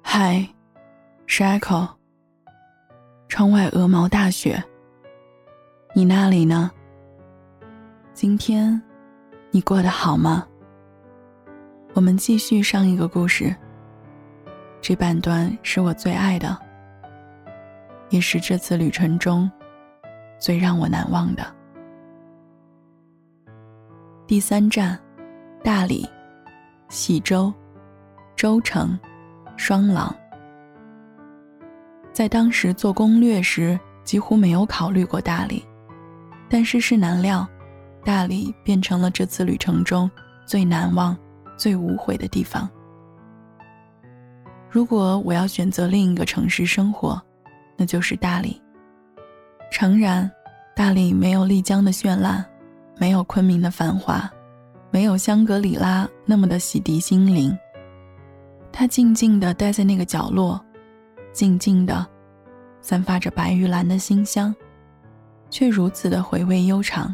嗨，是 Echo。 窗外鹅毛大雪，你那里呢？今天你过得好吗？我们继续上一个故事，这半段是我最爱的，也是这次旅程中最让我难忘的。第3站，大理、喜洲、州城、双廊。在当时做攻略时几乎没有考虑过大理，但世事难料，大理变成了这次旅程中最难忘最无悔的地方。如果我要选择另一个城市生活，那就是大理。诚然，大理没有丽江的绚烂，没有昆明的繁华，没有香格里拉那么的洗涤心灵。它静静地待在那个角落，静静地散发着白玉兰的馨香，却如此的回味悠长。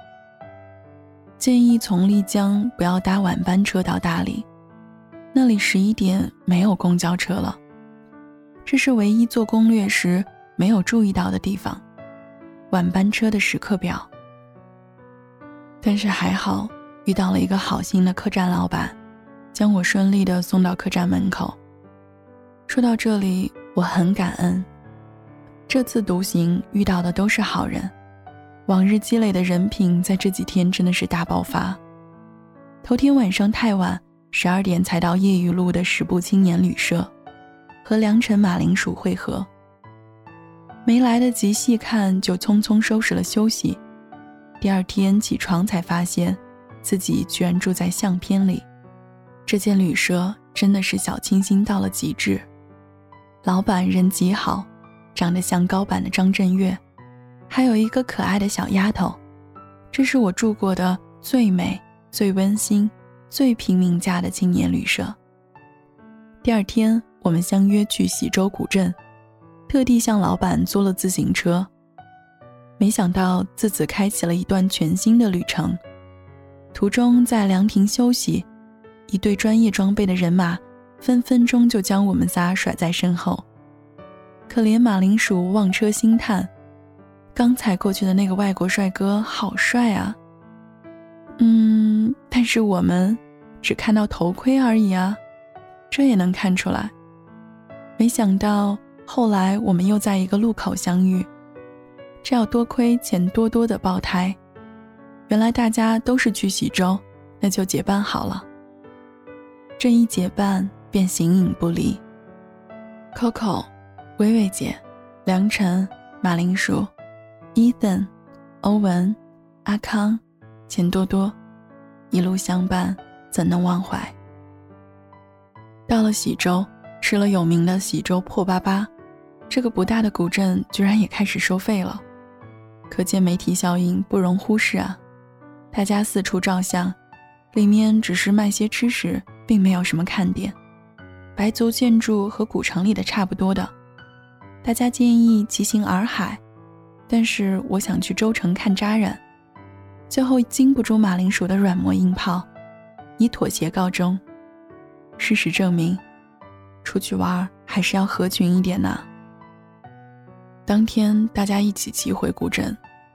建议从丽江不要搭晚班车到大理，那里11点没有公交车了，这是唯一做攻略时没有注意到的地方，晚班车的时刻表。但是还好遇到了一个好心的客栈老板，将我顺利地送到客栈门口。说到这里，我很感恩，这次独行遇到的都是好人，往日积累的人品在这几天真的是大爆发。头天晚上太晚，12点才到夜雨路的10步青年旅社，和良辰马铃薯会合，没来得及细看就匆匆收拾了休息。第二天起床才发现自己居然住在相片里，这间旅社真的是小清新到了极致。老板人极好，长得像高版的张震岳，还有一个可爱的小丫头。这是我住过的最美、最温馨、最平民家的青年旅社。第二天我们相约去喜洲古镇，特地向老板租了自行车。没想到自此开启了一段全新的旅程。途中在凉亭休息，一队专业装备的人马分分钟就将我们仨甩在身后。可怜马铃薯望车兴叹，刚才过去的那个外国帅哥好帅啊。但是我们只看到头盔而已啊，这也能看出来。没想到后来我们又在一个路口相遇，这要多亏钱多多的爆胎。原来大家都是去喜洲，那就结伴好了。这一结伴便形影不离。Coco、薇薇姐、良辰、马铃薯、Ethan、欧文、阿康、钱多多，一路相伴，怎能忘怀？到了喜洲，吃了有名的喜洲破粑，这个不大的古镇居然也开始收费了，可见媒体效应不容忽视啊！大家四处照相，里面只是卖些吃食，并没有什么看点。白族建筑和古城里的差不多的，大家建议骑行洱海，但是我想去州城看扎染，最后经不住马铃薯的软磨硬泡，以妥协告终。事实证明，出去玩还是要合群一点呢。当天大家一起骑回古镇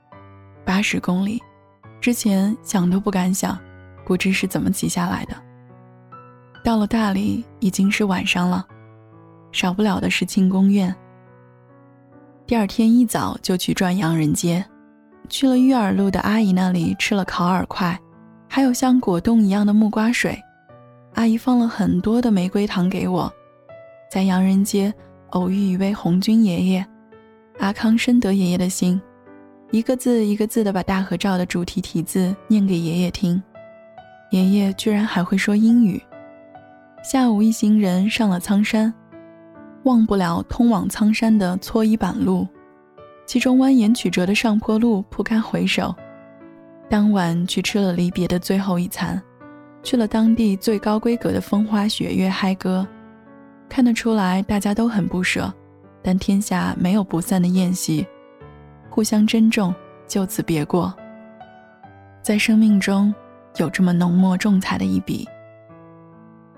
，80公里，之前想都不敢想，不知是怎么骑下来的。到了大理已经是晚上了，少不了的是庆功宴。第二天一早就去转洋人街，去了裕耳路的阿姨那里吃了烤饵块，还有像果冻一样的木瓜水。阿姨放了很多的玫瑰糖给我。在洋人街偶遇一位红军爷爷，阿康深得爷爷的心，一个字一个字地把大合照的主题题字念给爷爷听。爷爷居然还会说英语。下午一行人上了苍山，忘不了通往苍山的搓衣板路，其中蜿蜒曲折的上坡路不堪回首。当晚去吃了离别的最后一餐，去了当地最高规格的风花雪月嗨歌。看得出来大家都很不舍，但天下没有不散的宴席，互相珍重，就此别过。在生命中有这么浓墨重彩的一笔。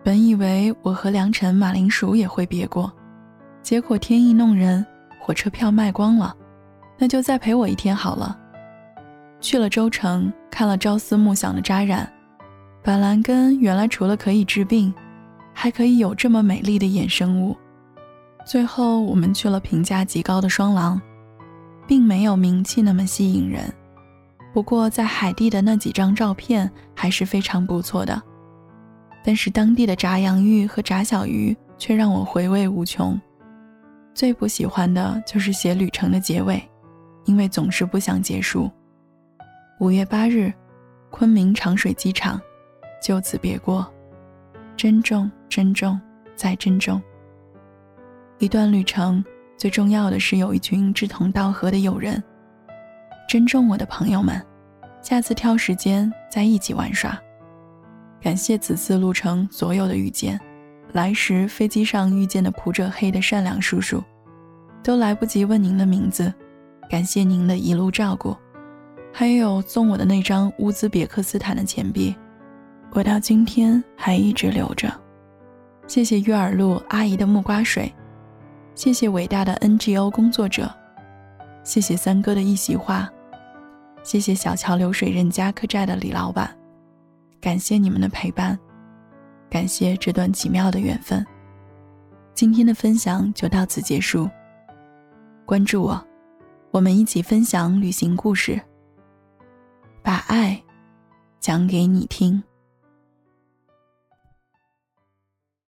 本以为我和良辰马铃薯也会别过，结果天意弄人，火车票卖光了，那就再陪我一天好了。去了州城，看了朝思暮想的扎染，板蓝根原来除了可以治病，还可以有这么美丽的衍生物。最后我们去了评价极高的双廊，并没有名气那么吸引人，不过在海地的那几张照片还是非常不错的。但是当地的炸洋芋和炸小鱼却让我回味无穷。最不喜欢的就是写旅程的结尾，因为总是不想结束。5月8日，昆明长水机场，就此别过。珍重，珍重，再珍重。一段旅程，最重要的是有一群志同道合的友人。珍重我的朋友们，下次挑时间再一起玩耍。感谢此次路程所有的遇见，来时飞机上遇见的普者黑的善良叔叔，都来不及问您的名字，感谢您的一路照顾。还有送我的那张乌兹别克斯坦的钱币，我到今天还一直留着。谢谢约尔路阿姨的木瓜水，谢谢伟大的 NGO 工作者，谢谢三哥的一席话，谢谢小桥流水人家客栈的李老板。感谢你们的陪伴，感谢这段奇妙的缘分。今天的分享就到此结束，关注我，我们一起分享旅行故事，把爱讲给你听。